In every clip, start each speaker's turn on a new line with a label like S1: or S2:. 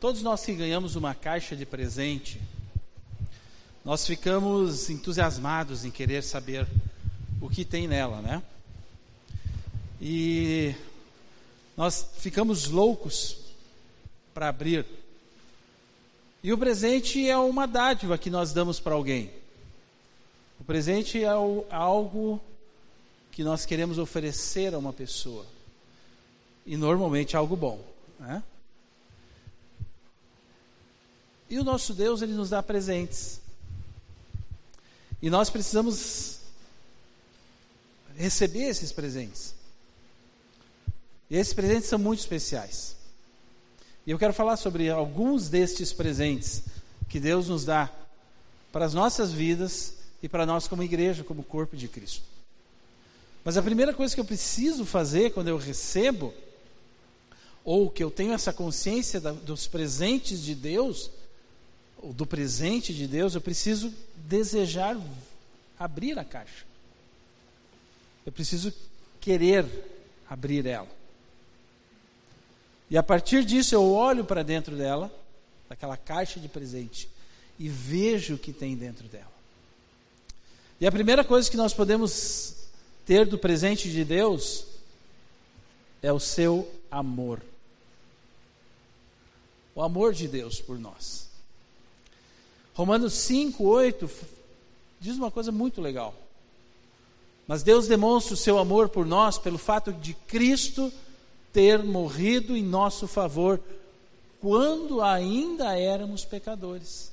S1: Todos nós que ganhamos uma caixa de presente, nós ficamos entusiasmados em querer saber o que tem nela, né? E nós ficamos loucos para abrir. E o presente é uma dádiva que nós damos para alguém. O presente é algo que nós queremos oferecer a uma pessoa. E normalmente é algo bom, né? E o nosso Deus, Ele nos dá presentes. E nós precisamos receber esses presentes. E esses presentes são muito especiais. E eu quero falar sobre alguns destes presentes que Deus nos dá para as nossas vidas e para nós como igreja, como corpo de Cristo. Mas a primeira coisa que eu preciso fazer quando eu recebo, ou que eu tenho essa consciência dos presentes de Deus, ou do presente de Deus, eu preciso desejar abrir a caixa. Eu preciso querer abrir ela. E a partir disso eu olho para dentro dela, daquela caixa de presente, e vejo o que tem dentro dela. E a primeira coisa que nós podemos ter do presente de Deus é o seu amor. O amor de Deus por nós. Romanos 5:8 diz uma coisa muito legal. Mas Deus demonstra o seu amor por nós pelo fato de Cristo ter morrido em nosso favor quando ainda éramos pecadores.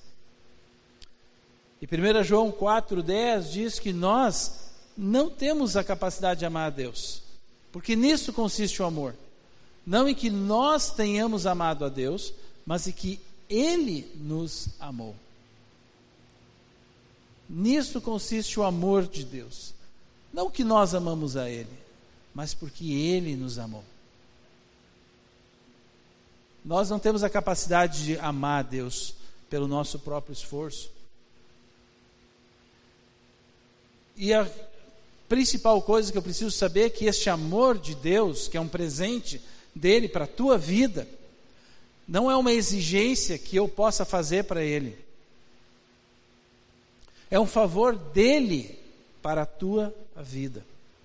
S1: E 1 João 4:10 diz que nós não temos a capacidade de amar a Deus, porque nisso consiste o amor. Não em que nós tenhamos amado a Deus, mas em que Ele nos amou. Nisso consiste o amor de Deus. Não que nós amamos a Ele, mas porque Ele nos amou. Nós não temos a capacidade de amar a Deus pelo nosso próprio esforço. E a principal coisa que eu preciso saber é que este amor de Deus, que é um presente dele para a tua vida, não é uma exigência que eu possa fazer para Ele. É um favor dele para a tua vida.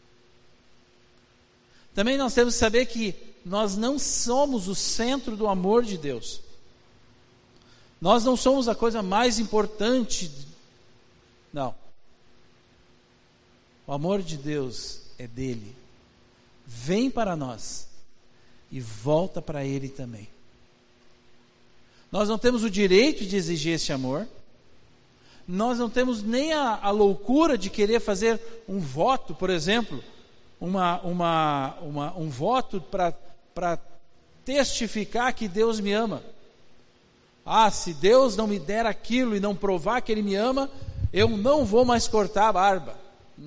S1: Também nós temos que saber que nós não somos o centro do amor de Deus. Nós não somos a coisa mais importante. Não. O amor de Deus é dele. Vem para nós e volta para Ele também. Nós não temos o direito de exigir esse amor. Nós não temos nem a loucura de querer fazer um voto, por exemplo, um voto para testificar que Deus me ama. Se Deus não me der aquilo e não provar que Ele me ama, eu não vou mais cortar a barba.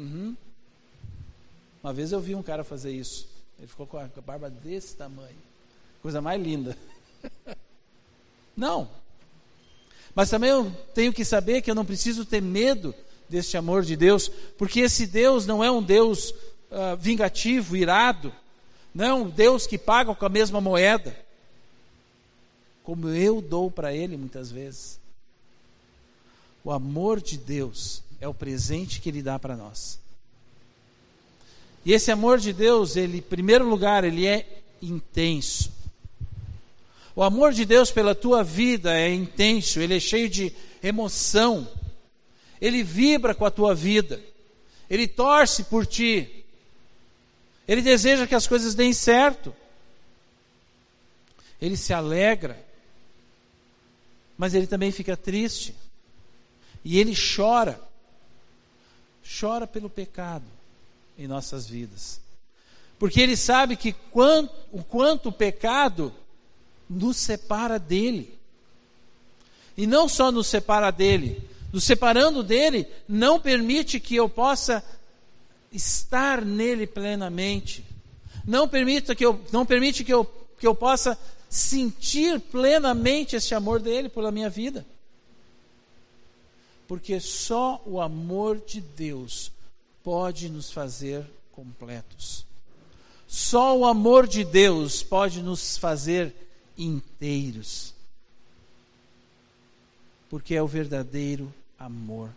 S1: Uma vez eu vi um cara fazer isso. Ele ficou com a barba desse tamanho. Coisa mais linda. Não. Mas também eu tenho que saber que eu não preciso ter medo deste amor de Deus, porque esse Deus não é um Deus vingativo, irado, não é um Deus que paga com a mesma moeda, como eu dou para Ele muitas vezes. O amor de Deus é o presente que Ele dá para nós. E esse amor de Deus, Ele, em primeiro lugar, Ele é intenso. O amor de Deus pela tua vida é intenso, Ele é cheio de emoção, Ele vibra com a tua vida, Ele torce por ti, Ele deseja que as coisas deem certo, Ele se alegra, mas Ele também fica triste, e Ele chora pelo pecado em nossas vidas, porque Ele sabe que o quanto o pecado nos separa dele. E não só nos separa dele, nos separando dele, não permite que eu possa estar nele plenamente. Não permite que eu possa sentir plenamente esse amor dele pela minha vida. Porque só o amor de Deus pode nos fazer completos. Só o amor de Deus pode nos fazer inteiros. porque é o verdadeiro amor.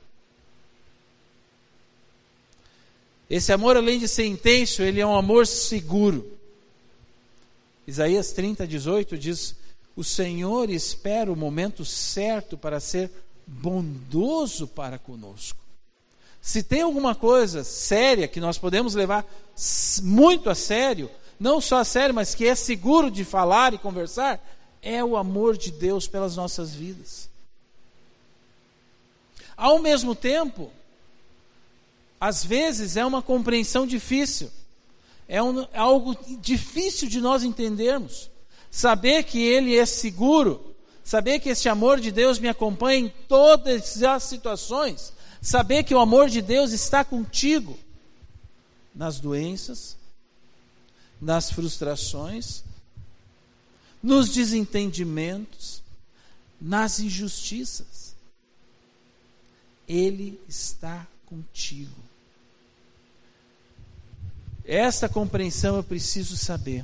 S1: Esse amor, além de ser intenso, ele é um amor seguro. Isaías 30:18 diz: o Senhor espera o momento certo para ser bondoso para conosco. Se tem alguma coisa séria que nós podemos levar muito a sério, não só a sério, mas que é seguro de falar e conversar, é o amor de Deus pelas nossas vidas. Ao mesmo tempo, às vezes é uma compreensão difícil, algo difícil de nós entendermos. Saber que Ele é seguro, saber que esse amor de Deus me acompanha em todas as situações, saber que o amor de Deus está contigo nas doenças, nas frustrações, nos desentendimentos, nas injustiças. Ele está contigo. Esta compreensão eu preciso saber.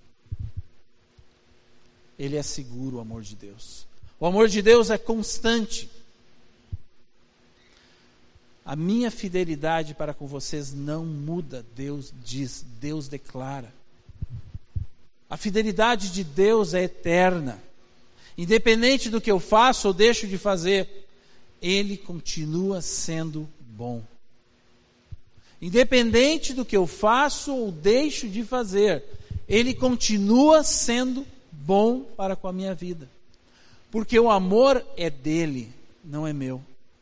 S1: Ele é seguro, o amor de Deus. O amor de Deus é constante. A minha fidelidade para com vocês não muda, Deus diz, Deus declara. A fidelidade de Deus é eterna. Independente do que eu faço ou deixo de fazer, Ele continua sendo bom. Independente do que eu faço ou deixo de fazer, Ele continua sendo bom para com a minha vida. Porque o amor é dele, não é meu.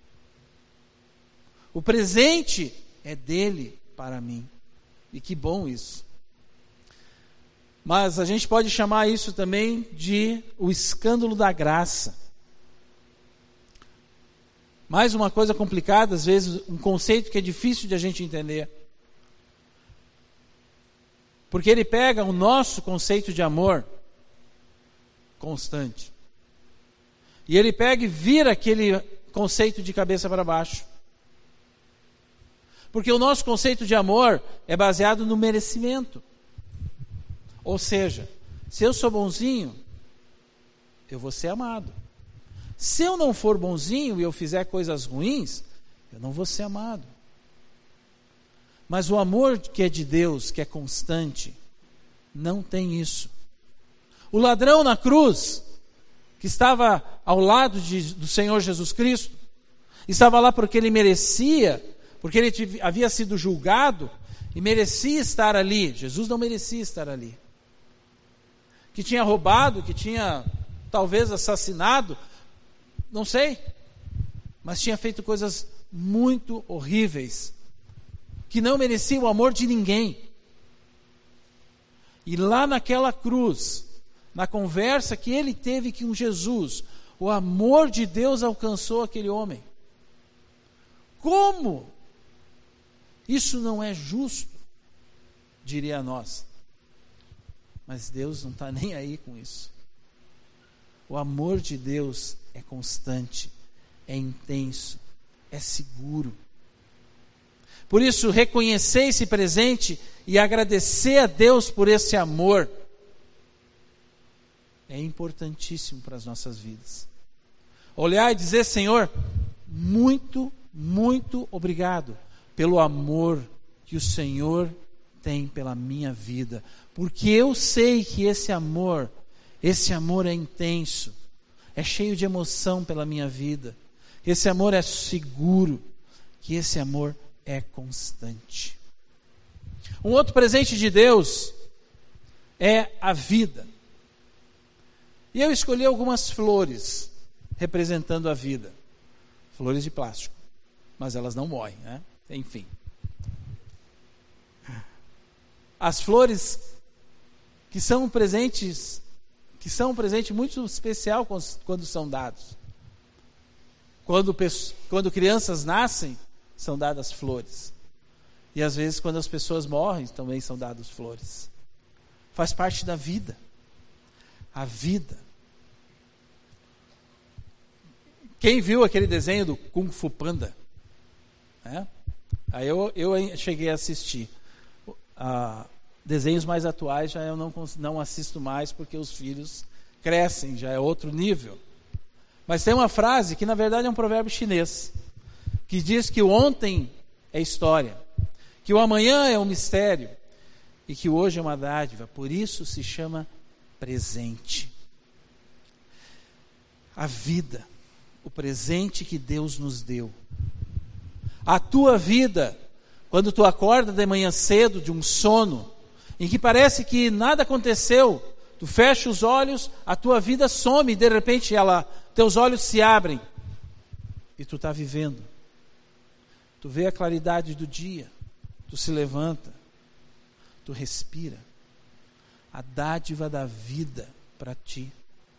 S1: O presente é dele para mim. E que bom isso. Mas a gente pode chamar isso também de o escândalo da graça. Mais uma coisa complicada, às vezes um conceito que é difícil de a gente entender. Porque ele pega o nosso conceito de amor constante. E ele pega e vira aquele conceito de cabeça para baixo. Porque o nosso conceito de amor é baseado no merecimento. Ou seja, se eu sou bonzinho, eu vou ser amado. Se eu não for bonzinho e eu fizer coisas ruins, eu não vou ser amado. Mas o amor que é de Deus, que é constante, não tem isso. O ladrão na cruz, que estava ao lado do Senhor Jesus Cristo, estava lá porque ele merecia, porque ele havia sido julgado e merecia estar ali. Jesus não merecia estar ali. Que tinha roubado, que tinha talvez assassinado, não sei, mas tinha feito coisas muito horríveis, que não merecia o amor de ninguém. E lá naquela cruz, na conversa que ele teve com Jesus, o amor de Deus alcançou aquele homem. Como? Isso não é justo, diria nós. Mas Deus não está nem aí com isso. O amor de Deus é constante, é intenso, é seguro. Por isso, reconhecer esse presente e agradecer a Deus por esse amor é importantíssimo para as nossas vidas. Olhar e dizer: Senhor, muito, muito obrigado pelo amor que o Senhor tem pela minha vida, porque eu sei que esse amor é intenso, é cheio de emoção pela minha vida, esse amor é seguro, que esse amor é constante. Um outro presente de Deus é a vida. E eu escolhi algumas flores representando a vida. Flores de plástico, mas elas não morrem, né? Enfim. As flores que são um presente muito especial quando são dados. Quando crianças nascem, são dadas flores. E às vezes quando as pessoas morrem, também são dadas flores. Faz parte da vida. A vida. Quem viu aquele desenho do Kung Fu Panda? Aí eu cheguei a assistir. Desenhos mais atuais já eu não assisto mais, porque os filhos crescem, já é outro nível. Mas tem uma frase que na verdade é um provérbio chinês, que diz que o ontem é história, que o amanhã é um mistério e que o hoje é uma dádiva, por isso se chama presente. A vida, o presente que Deus nos deu. A tua vida, quando tu acorda de manhã cedo de um sono, em que parece que nada aconteceu, tu fecha os olhos, a tua vida some e de repente teus olhos se abrem e tu está vivendo. Tu vê a claridade do dia, tu se levanta, tu respira. A dádiva da vida para ti.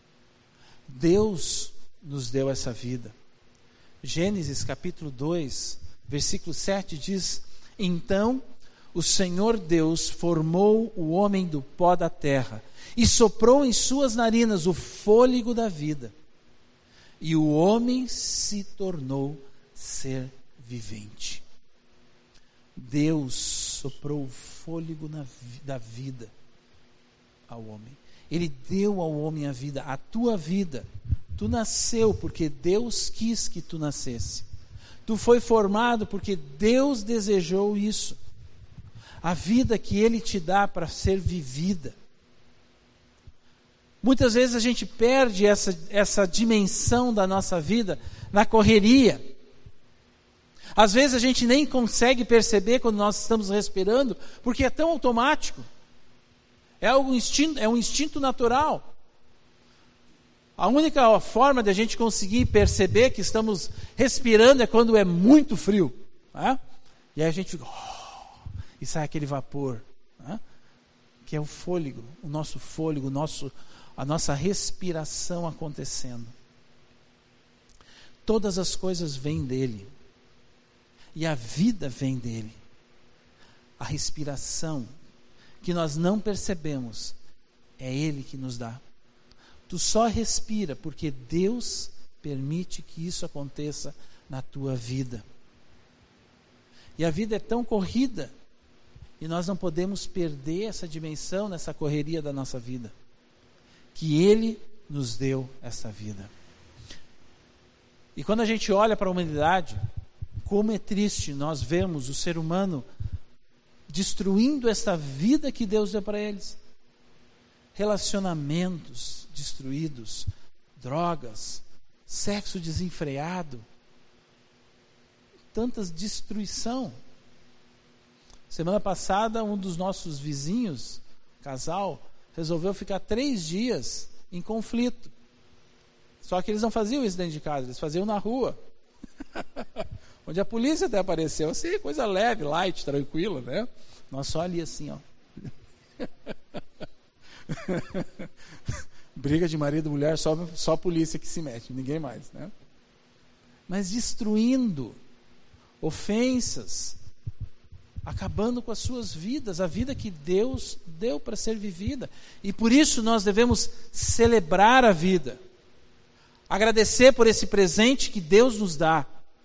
S1: Deus nos deu essa vida. Gênesis capítulo 2, versículo 7 diz: então o Senhor Deus formou o homem do pó da terra e soprou em suas narinas o fôlego da vida. E o homem se tornou ser vivente. Deus soprou o fôlego da vida ao homem. Ele deu ao homem a vida, a tua vida. Tu nasceu porque Deus quis que tu nascesse. Tu foi formado porque Deus desejou isso. A vida que Ele te dá para ser vivida. Muitas vezes a gente perde essa dimensão da nossa vida na correria. Às vezes a gente nem consegue perceber quando nós estamos respirando, porque é tão automático. É um instinto natural. A única forma de a gente conseguir perceber que estamos respirando é quando é muito frio. Né? E aí a gente fica... e sai aquele vapor. Né? Que é o fôlego, o nosso fôlego, a nossa respiração acontecendo. Todas as coisas vêm dele. E a vida vem dele. A respiração que nós não percebemos, é Ele que nos dá. Tu só respira porque Deus permite que isso aconteça na tua vida. E a vida é tão corrida, e nós não podemos perder essa dimensão nessa correria da nossa vida, que Ele nos deu essa vida. E quando a gente olha para a humanidade, como é triste nós vemos o ser humano destruindo essa vida que Deus deu para eles. Relacionamentos destruídos, drogas, sexo desenfreado, tanta destruição. Semana passada, um dos nossos vizinhos, casal, resolveu ficar 3 dias em conflito. Só que eles não faziam isso dentro de casa, eles faziam na rua. Onde a polícia até apareceu, assim, coisa leve, light, tranquila, né? Nós só ali assim, ó. Briga de marido e mulher, só a polícia que se mete, ninguém mais, né? Mas destruindo, ofensas, acabando com as suas vidas, a vida que Deus deu para ser vivida. E por isso nós devemos celebrar a vida, agradecer por esse presente que Deus nos dá,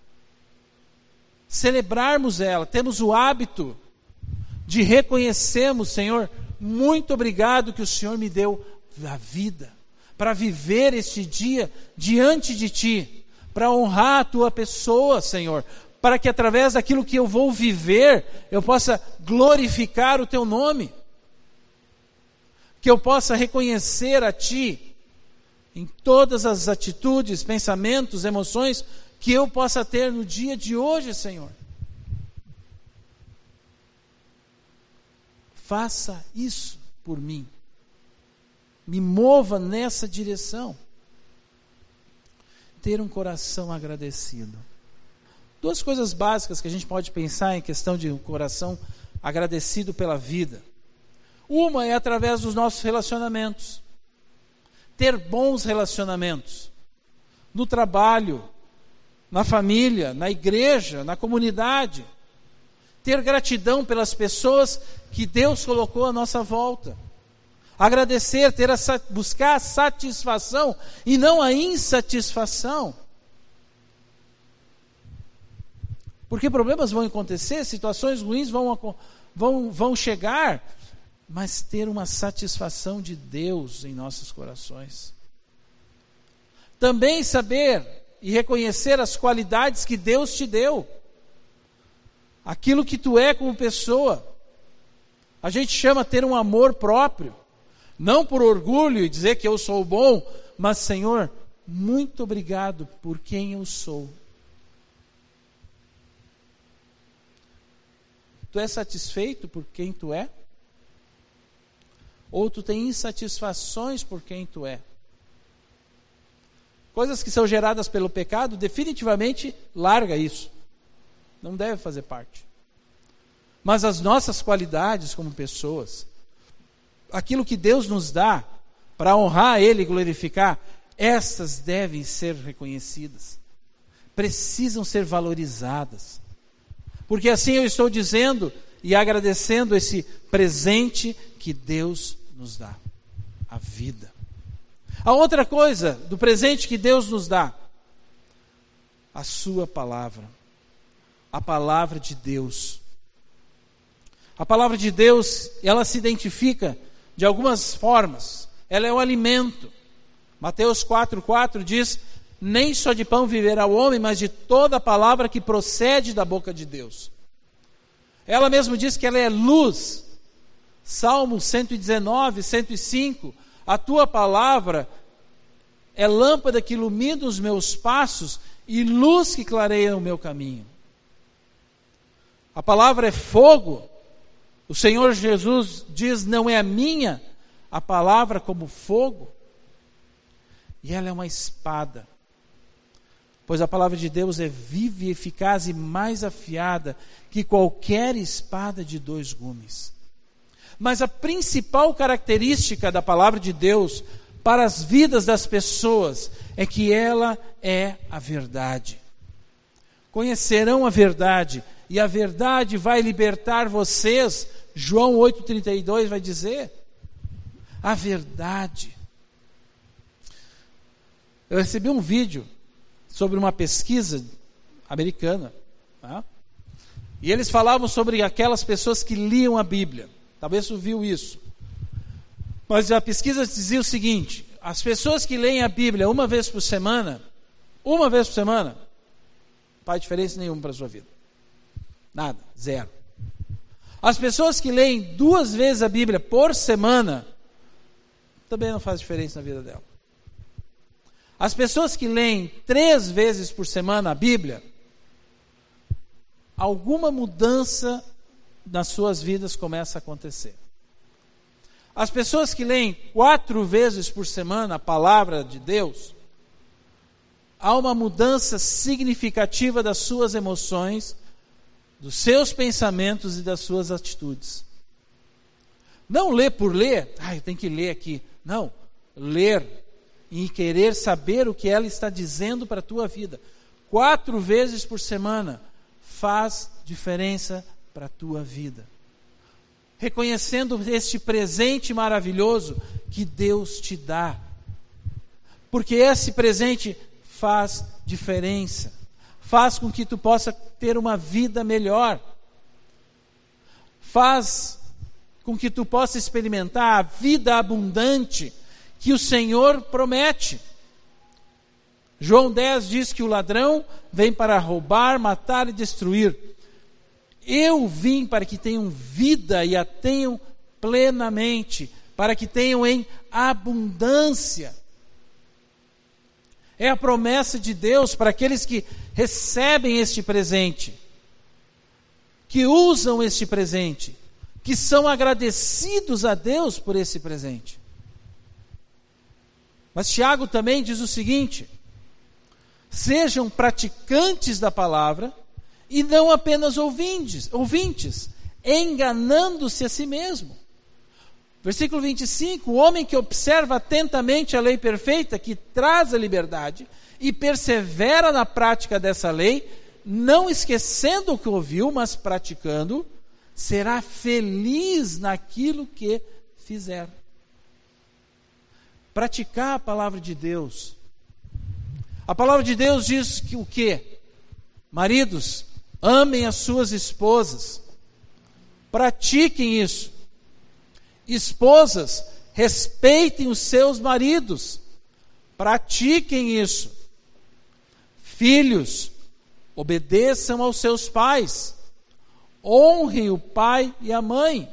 S1: celebrarmos ela, temos o hábito de reconhecermos, Senhor, muito obrigado que o Senhor me deu a vida, para viver este dia diante de Ti, para honrar a Tua pessoa, Senhor, para que através daquilo que eu vou viver, eu possa glorificar o Teu nome, que eu possa reconhecer a Ti, em todas as atitudes, pensamentos, emoções, que eu possa ter no dia de hoje, Senhor. Faça isso por mim. Me mova nessa direção. Ter um coração agradecido. 2 coisas básicas que a gente pode pensar em questão de um coração agradecido pela vida. Uma é através dos nossos relacionamentos. Ter bons relacionamentos. No trabalho, na família, na igreja, na comunidade. Ter gratidão pelas pessoas que Deus colocou à nossa volta. Agradecer, buscar a satisfação e não a insatisfação. Porque problemas vão acontecer, situações ruins vão chegar, mas ter uma satisfação de Deus em nossos corações. também saber e reconhecer as qualidades que Deus te deu. Aquilo que tu é como pessoa. A gente chama ter um amor próprio. Não por orgulho e dizer que eu sou bom, mas, Senhor, muito obrigado por quem eu sou. Tu é satisfeito por quem tu é? Ou tu tem insatisfações por quem tu é? Coisas que são geradas pelo pecado, definitivamente larga isso. Não deve fazer parte. Mas as nossas qualidades como pessoas, aquilo que Deus nos dá para honrar Ele e glorificar, estas devem ser reconhecidas. Precisam ser valorizadas. Porque assim eu estou dizendo e agradecendo esse presente que Deus nos dá, a vida. A outra coisa do presente que Deus nos dá, a sua palavra, a palavra de Deus. A palavra de Deus, ela se identifica de algumas formas. Ela é o alimento. Mateus 4,4 diz: nem só de pão viverá o homem, mas de toda a palavra que procede da boca de Deus. Ela mesmo diz que ela é luz. Salmo 119, 105, a tua palavra é lâmpada que ilumina os meus passos e luz que clareia o meu caminho. A palavra é fogo. O Senhor Jesus diz: não é a minha a palavra como fogo? E ela é uma espada. Pois a palavra de Deus é viva e eficaz e mais afiada que qualquer espada de 2 gumes. Mas a principal característica da palavra de Deus para as vidas das pessoas é que ela é a verdade. Conhecerão a verdade, e a verdade vai libertar vocês. João 8,32 vai dizer, a verdade. Eu recebi um vídeo sobre uma pesquisa americana, tá? E eles falavam sobre aquelas pessoas que liam a Bíblia. Talvez você viu isso. Mas a pesquisa dizia o seguinte: as pessoas que leem a Bíblia uma vez por semana, não faz diferença nenhuma para a sua vida. Nada, zero. As pessoas que leem 2 vezes a Bíblia por semana, também não faz diferença na vida dela. As pessoas que leem 3 vezes por semana a Bíblia, alguma mudança nas suas vidas começa a acontecer. As pessoas que leem 4 vezes por semana a palavra de Deus, há uma mudança significativa das suas emoções, dos seus pensamentos e das suas atitudes. Não ler por ler, eu tenho que ler aqui. Não, ler e querer saber o que ela está dizendo para a tua vida. 4 vezes por semana faz diferença para a tua vida. Reconhecendo este presente maravilhoso que Deus te dá. Porque esse presente faz diferença. Faz com que tu possa ter uma vida melhor. Faz com que tu possa experimentar a vida abundante que o Senhor promete. João 10 diz que o ladrão vem para roubar, matar e destruir. Eu vim para que tenham vida e a tenham plenamente, para que tenham em abundância. É a promessa de Deus para aqueles que recebem este presente, que usam este presente, que são agradecidos a Deus por esse presente. Mas Tiago também diz o seguinte: sejam praticantes da palavra e não apenas ouvintes, enganando-se a si mesmo. Versículo 25, o homem que observa atentamente a lei perfeita, que traz a liberdade, e persevera na prática dessa lei, não esquecendo o que ouviu, mas praticando, será feliz naquilo que fizer. Praticar a palavra de Deus. A palavra de Deus diz que o quê? Maridos, amem as suas esposas. Pratiquem isso. Esposas, respeitem os seus maridos. Pratiquem isso. Filhos, obedeçam aos seus pais. Honrem o pai e a mãe.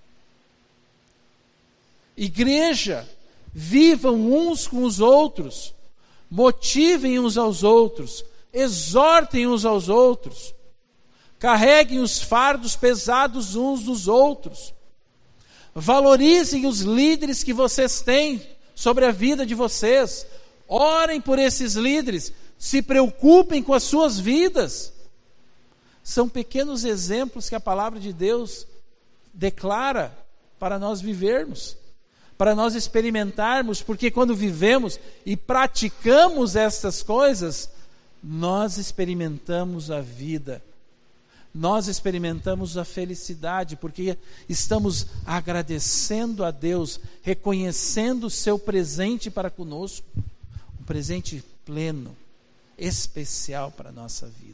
S1: Igreja, vivam uns com os outros. Motivem uns aos outros. Exortem uns aos outros. Carreguem os fardos pesados uns dos outros. Valorizem os líderes que vocês têm sobre a vida de vocês. Orem por esses líderes. Se preocupem com as suas vidas. São pequenos exemplos que a palavra de Deus declara para nós vivermos, para nós experimentarmos, porque quando vivemos e praticamos estas coisas, nós experimentamos a vida. Nós experimentamos a felicidade, porque estamos agradecendo a Deus, reconhecendo o seu presente para conosco, um presente pleno, especial para a nossa vida.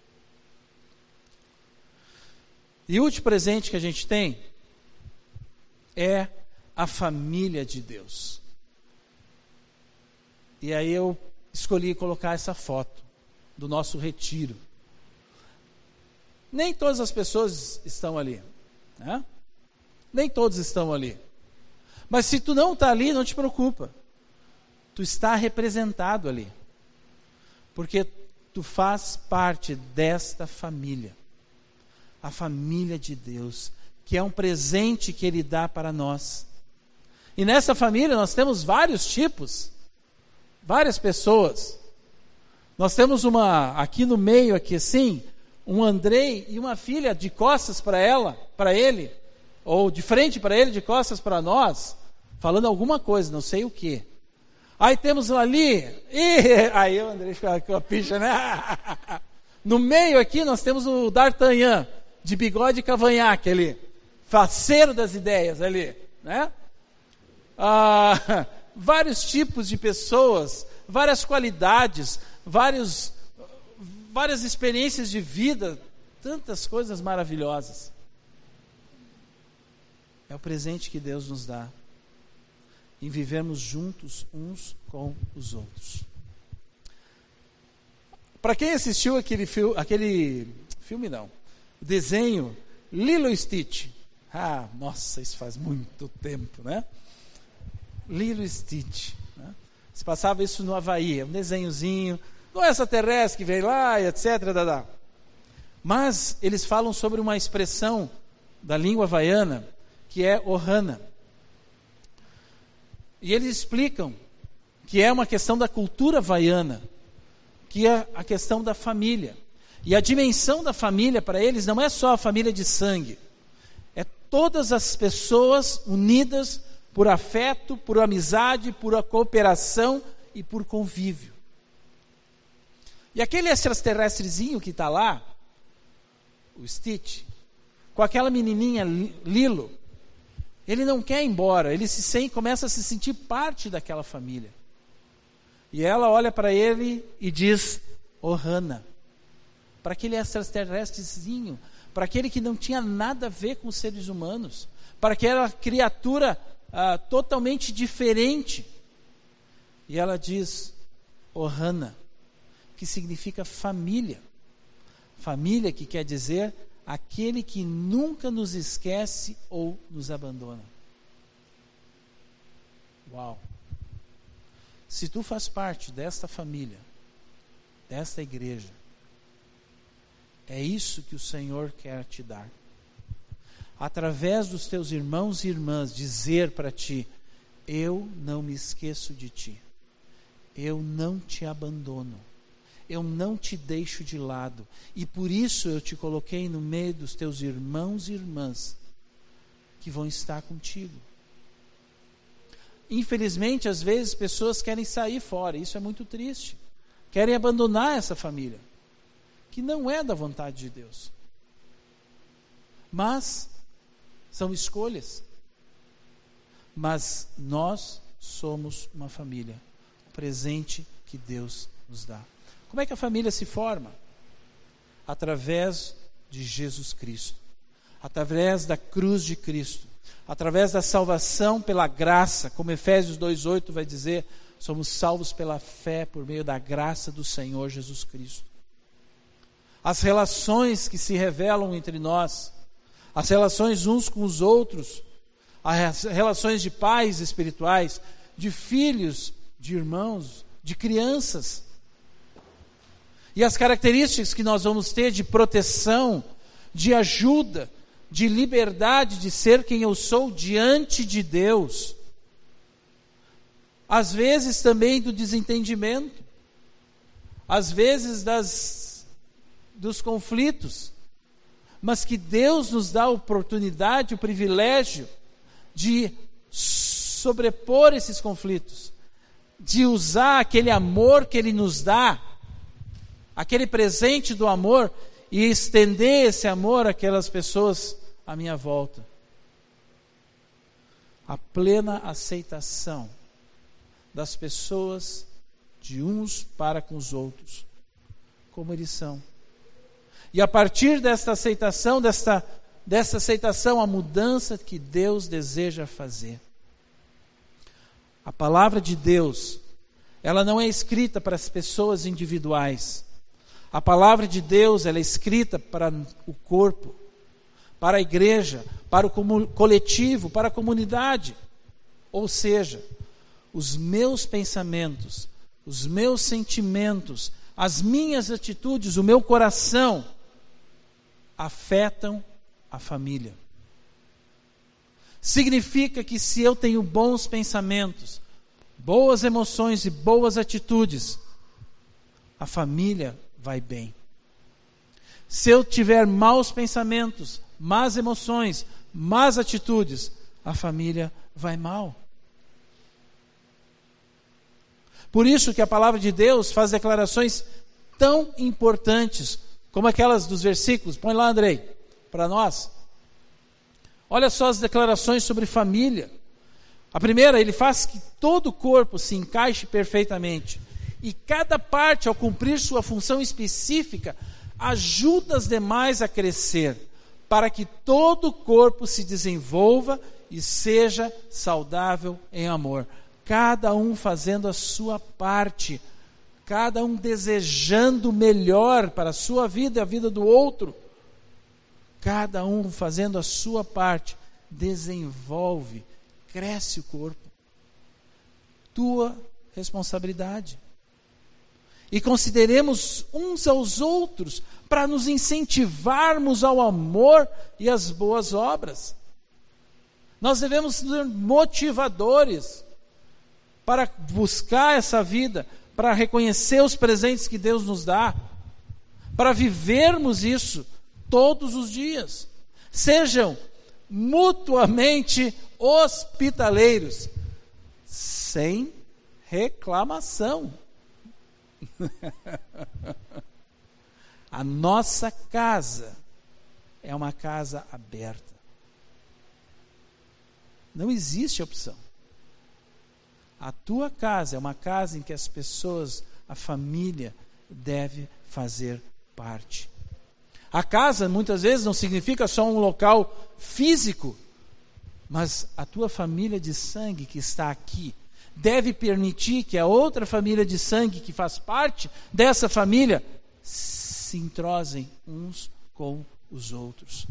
S1: E o último presente que a gente tem é a família de Deus. E aí eu escolhi colocar essa foto do nosso retiro. Nem todas as pessoas estão ali, né? Nem todos estão ali. Mas se tu não está ali, não te preocupa. Tu está representado ali. Porque tu faz parte desta família. A família de Deus, que é um presente que Ele dá para nós. E nessa família nós temos vários tipos, várias pessoas. Nós temos aqui no meio, aqui assim, um Andrei e uma filha de costas para ele, ou de frente para ele, de costas para nós, falando alguma coisa, não sei o que. Aí temos ali, aí o Andrei fica com a picha, né? No meio aqui nós temos o D'Artagnan, de bigode e cavanhaque ali, faceiro das ideias ali, né? Vários tipos de pessoas, várias qualidades, várias experiências de vida, tantas coisas maravilhosas. É o presente que Deus nos dá, em vivermos juntos uns com os outros. Para quem assistiu aquele filme não, o desenho Lilo e Stitch. Nossa, isso faz muito tempo, né? Lilo e Stitch, né? Se passava isso no Havaí, um desenhozinho, não é extraterrestre que veio lá, etc. Mas eles falam sobre uma expressão da língua havaiana, que é ohana. E eles explicam que é uma questão da cultura havaiana, que é a questão da família. E a dimensão da família para eles não é só a família de sangue, é todas as pessoas unidas por afeto, por amizade, por cooperação e por convívio. E aquele extraterrestrezinho que está lá, o Stitch, com aquela menininha Lilo, ele não quer ir embora, ele começa a se sentir parte daquela família. E ela olha para ele e diz, Ohana, para aquele extraterrestrezinho, para aquele que não tinha nada a ver com os seres humanos, para aquela criatura totalmente diferente. E ela diz, Ohana, que significa família. Família que quer dizer aquele que nunca nos esquece ou nos abandona. Uau! Se tu faz parte desta família, desta igreja, é isso que o Senhor quer te dar. Através dos teus irmãos e irmãs, dizer para ti, eu não me esqueço de ti, eu não te abandono, eu não te deixo de lado, e por isso eu te coloquei no meio dos teus irmãos e irmãs, que vão estar contigo. Infelizmente, às vezes, pessoas querem sair fora, isso é muito triste, querem abandonar essa família, que não é da vontade de Deus. Mas são escolhas. Mas nós somos uma família, o presente que Deus nos dá. Como é que a família se forma? Através de Jesus Cristo, através da cruz de Cristo, através da salvação pela graça, como Efésios 2:8 vai dizer, somos salvos pela fé por meio da graça do Senhor Jesus Cristo. As relações que se revelam entre nós, as relações uns com os outros, as relações de pais espirituais, de filhos, de irmãos, de crianças. E as características que nós vamos ter de proteção, de ajuda, de liberdade de ser quem eu sou diante de Deus. Às vezes também do desentendimento, às vezes dos conflitos, mas que Deus nos dá a oportunidade, o privilégio de sobrepor esses conflitos, de usar aquele amor que Ele nos dá, aquele presente do amor, e estender esse amor àquelas pessoas à minha volta. A plena aceitação das pessoas de uns para com os outros, como eles são. E a partir desta aceitação, dessa aceitação, a mudança que Deus deseja fazer. A palavra de Deus, ela não é escrita para as pessoas individuais. A palavra de Deus, ela é escrita para o corpo, para a igreja, para o coletivo, para a comunidade. Ou seja, os meus pensamentos, os meus sentimentos, as minhas atitudes, o meu coração, afetam a família. Significa que se eu tenho bons pensamentos, boas emoções e boas atitudes, a família vai bem. Se eu tiver maus pensamentos, más emoções, más atitudes, a família vai mal. Por isso que a palavra de Deus faz declarações tão importantes, como aquelas dos versículos. Põe lá, Andrei, para nós. Olha só as declarações sobre família. A primeira, ele faz que todo o corpo se encaixe perfeitamente. E cada parte, ao cumprir sua função específica, ajuda as demais a crescer, para que todo o corpo se desenvolva e seja saudável em amor. Cada um fazendo a sua parte, cada um desejando o melhor para a sua vida e a vida do outro. Cada um fazendo a sua parte, desenvolve, cresce o corpo. Tua responsabilidade. E consideremos uns aos outros para nos incentivarmos ao amor e às boas obras. Nós devemos ser motivadores para buscar essa vida, para reconhecer os presentes que Deus nos dá, para vivermos isso todos os dias. Sejam mutuamente hospitaleiros, sem reclamação. A nossa casa é uma casa aberta. Não existe opção. A tua casa é uma casa em que as pessoas, a família, deve fazer parte. A casa, muitas vezes, não significa só um local físico, mas a tua família de sangue que está aqui deve permitir que a outra família de sangue que faz parte dessa família se entrosem uns com os outros.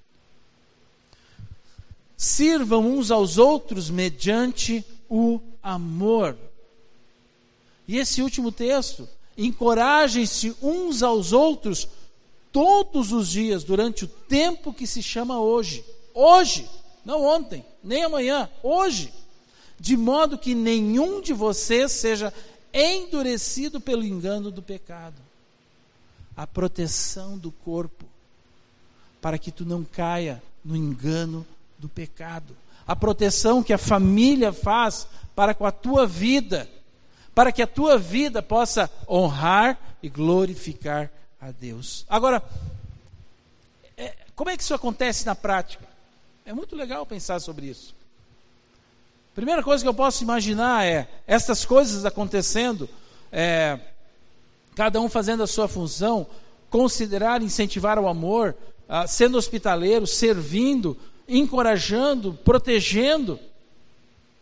S1: Sirvam uns aos outros mediante o amor. E esse último texto, encorajem-se uns aos outros todos os dias, durante o tempo que se chama hoje. Hoje, não ontem, nem amanhã, hoje. De modo que nenhum de vocês seja endurecido pelo engano do pecado. A proteção do corpo, para que tu não caia no engano do pecado. A proteção que a família faz para com a tua vida, para que a tua vida possa honrar e glorificar a Deus. Agora, como é que isso acontece na prática? É muito legal pensar sobre isso. Primeira coisa que eu posso imaginar é essas coisas acontecendo, cada um fazendo a sua função, considerar, incentivar o amor, sendo hospitaleiro, servindo, encorajando, protegendo.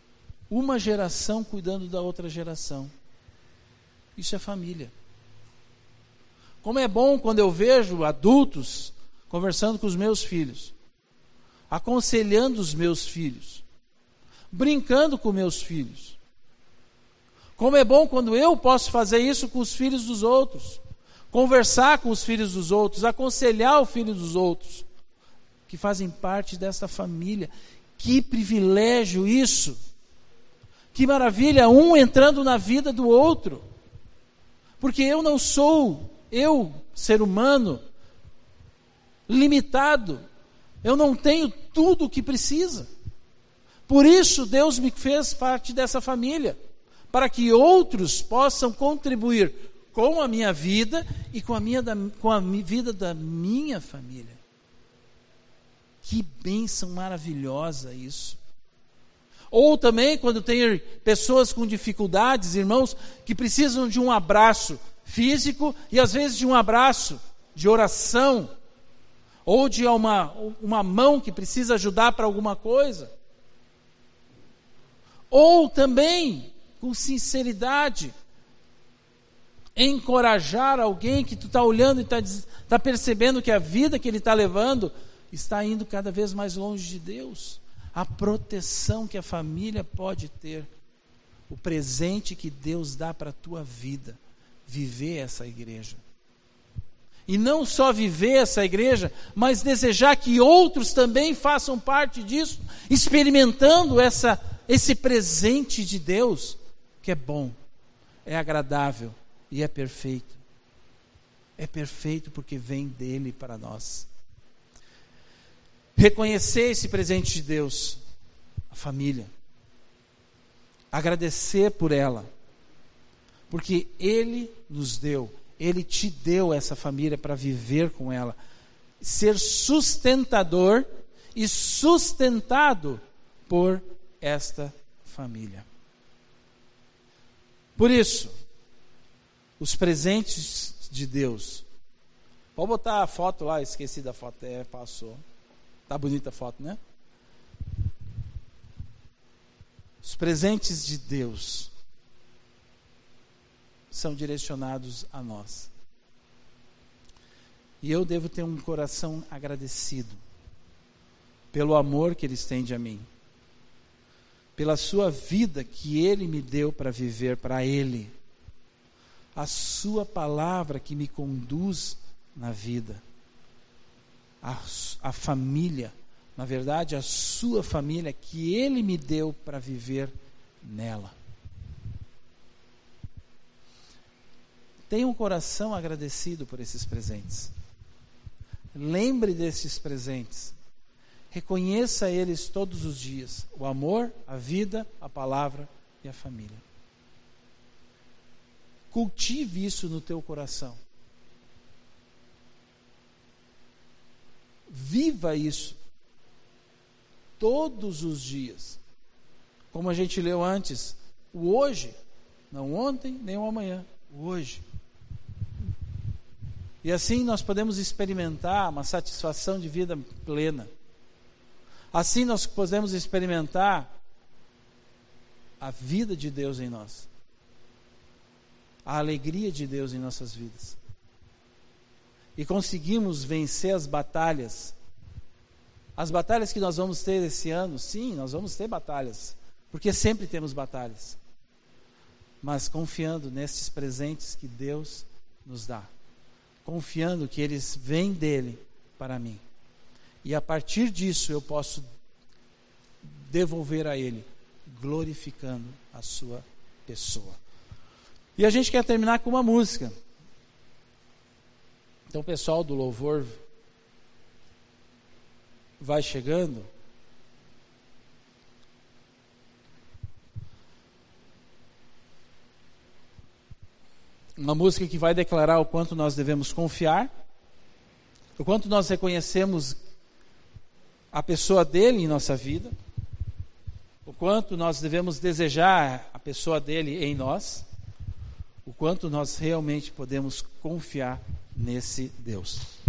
S1: Uma geração cuidando da outra geração. Isso é família. Como é bom quando eu vejo adultos conversando com os meus filhos, aconselhando os meus filhos, brincando com meus filhos. Como é bom quando eu posso fazer isso com os filhos dos outros, conversar com os filhos dos outros, aconselhar o filho dos outros, que fazem parte dessa família. Que privilégio isso! Que maravilha, um entrando na vida do outro. Porque eu não sou, ser humano, limitado. Eu não tenho tudo o que precisa. Por isso Deus me fez parte dessa família, para que outros possam contribuir com a minha vida e com a vida da minha família. Que bênção maravilhosa isso. Ou também quando tem pessoas com dificuldades, irmãos, que precisam de um abraço físico e às vezes de um abraço de oração, ou de uma mão que precisa ajudar para alguma coisa. Ou também, com sinceridade, encorajar alguém que tu está olhando e está percebendo que a vida que ele está levando está indo cada vez mais longe de Deus. A proteção que a família pode ter, o presente que Deus dá para a tua vida, viver essa igreja. E não só viver essa igreja, mas desejar que outros também façam parte disso, experimentando esse presente de Deus, que é bom, é agradável e é perfeito. É perfeito porque vem dele para nós. Reconhecer esse presente de Deus, a família. Agradecer por ela. Porque Ele nos deu, Ele te deu essa família para viver com ela. Ser sustentador e sustentado por esta família. Por isso, os presentes de Deus. Pode botar a foto lá, esqueci da foto, passou. Tá bonita a foto, né? Os presentes de Deus são direcionados a nós. E eu devo ter um coração agradecido pelo amor que Ele estende a mim, pela sua vida que Ele me deu para viver para Ele, a sua palavra que me conduz na vida, a família, na verdade a sua família que Ele me deu para viver nela. Tenha um coração agradecido por esses presentes. Lembre desses presentes. Reconheça eles todos os dias. O amor, a vida, a palavra e a família. Cultive isso no teu coração. Viva isso todos os dias. Como a gente leu antes, o hoje, não ontem nem o amanhã, o hoje. E assim nós podemos experimentar uma satisfação de vida plena. Assim nós podemos experimentar a vida de Deus em nós. A alegria de Deus em nossas vidas. E conseguimos vencer as batalhas. As batalhas que nós vamos ter esse ano, sim, nós vamos ter batalhas. Porque sempre temos batalhas. Mas confiando nesses presentes que Deus nos dá. Confiando que eles vêm dele para mim. E a partir disso eu posso devolver a ele, glorificando a sua pessoa. E a gente quer terminar com uma música. Então o pessoal do louvor vai chegando. Uma música que vai declarar o quanto nós devemos confiar, o quanto nós reconhecemos a pessoa dele em nossa vida, o quanto nós devemos desejar a pessoa dele em nós, o quanto nós realmente podemos confiar nesse Deus.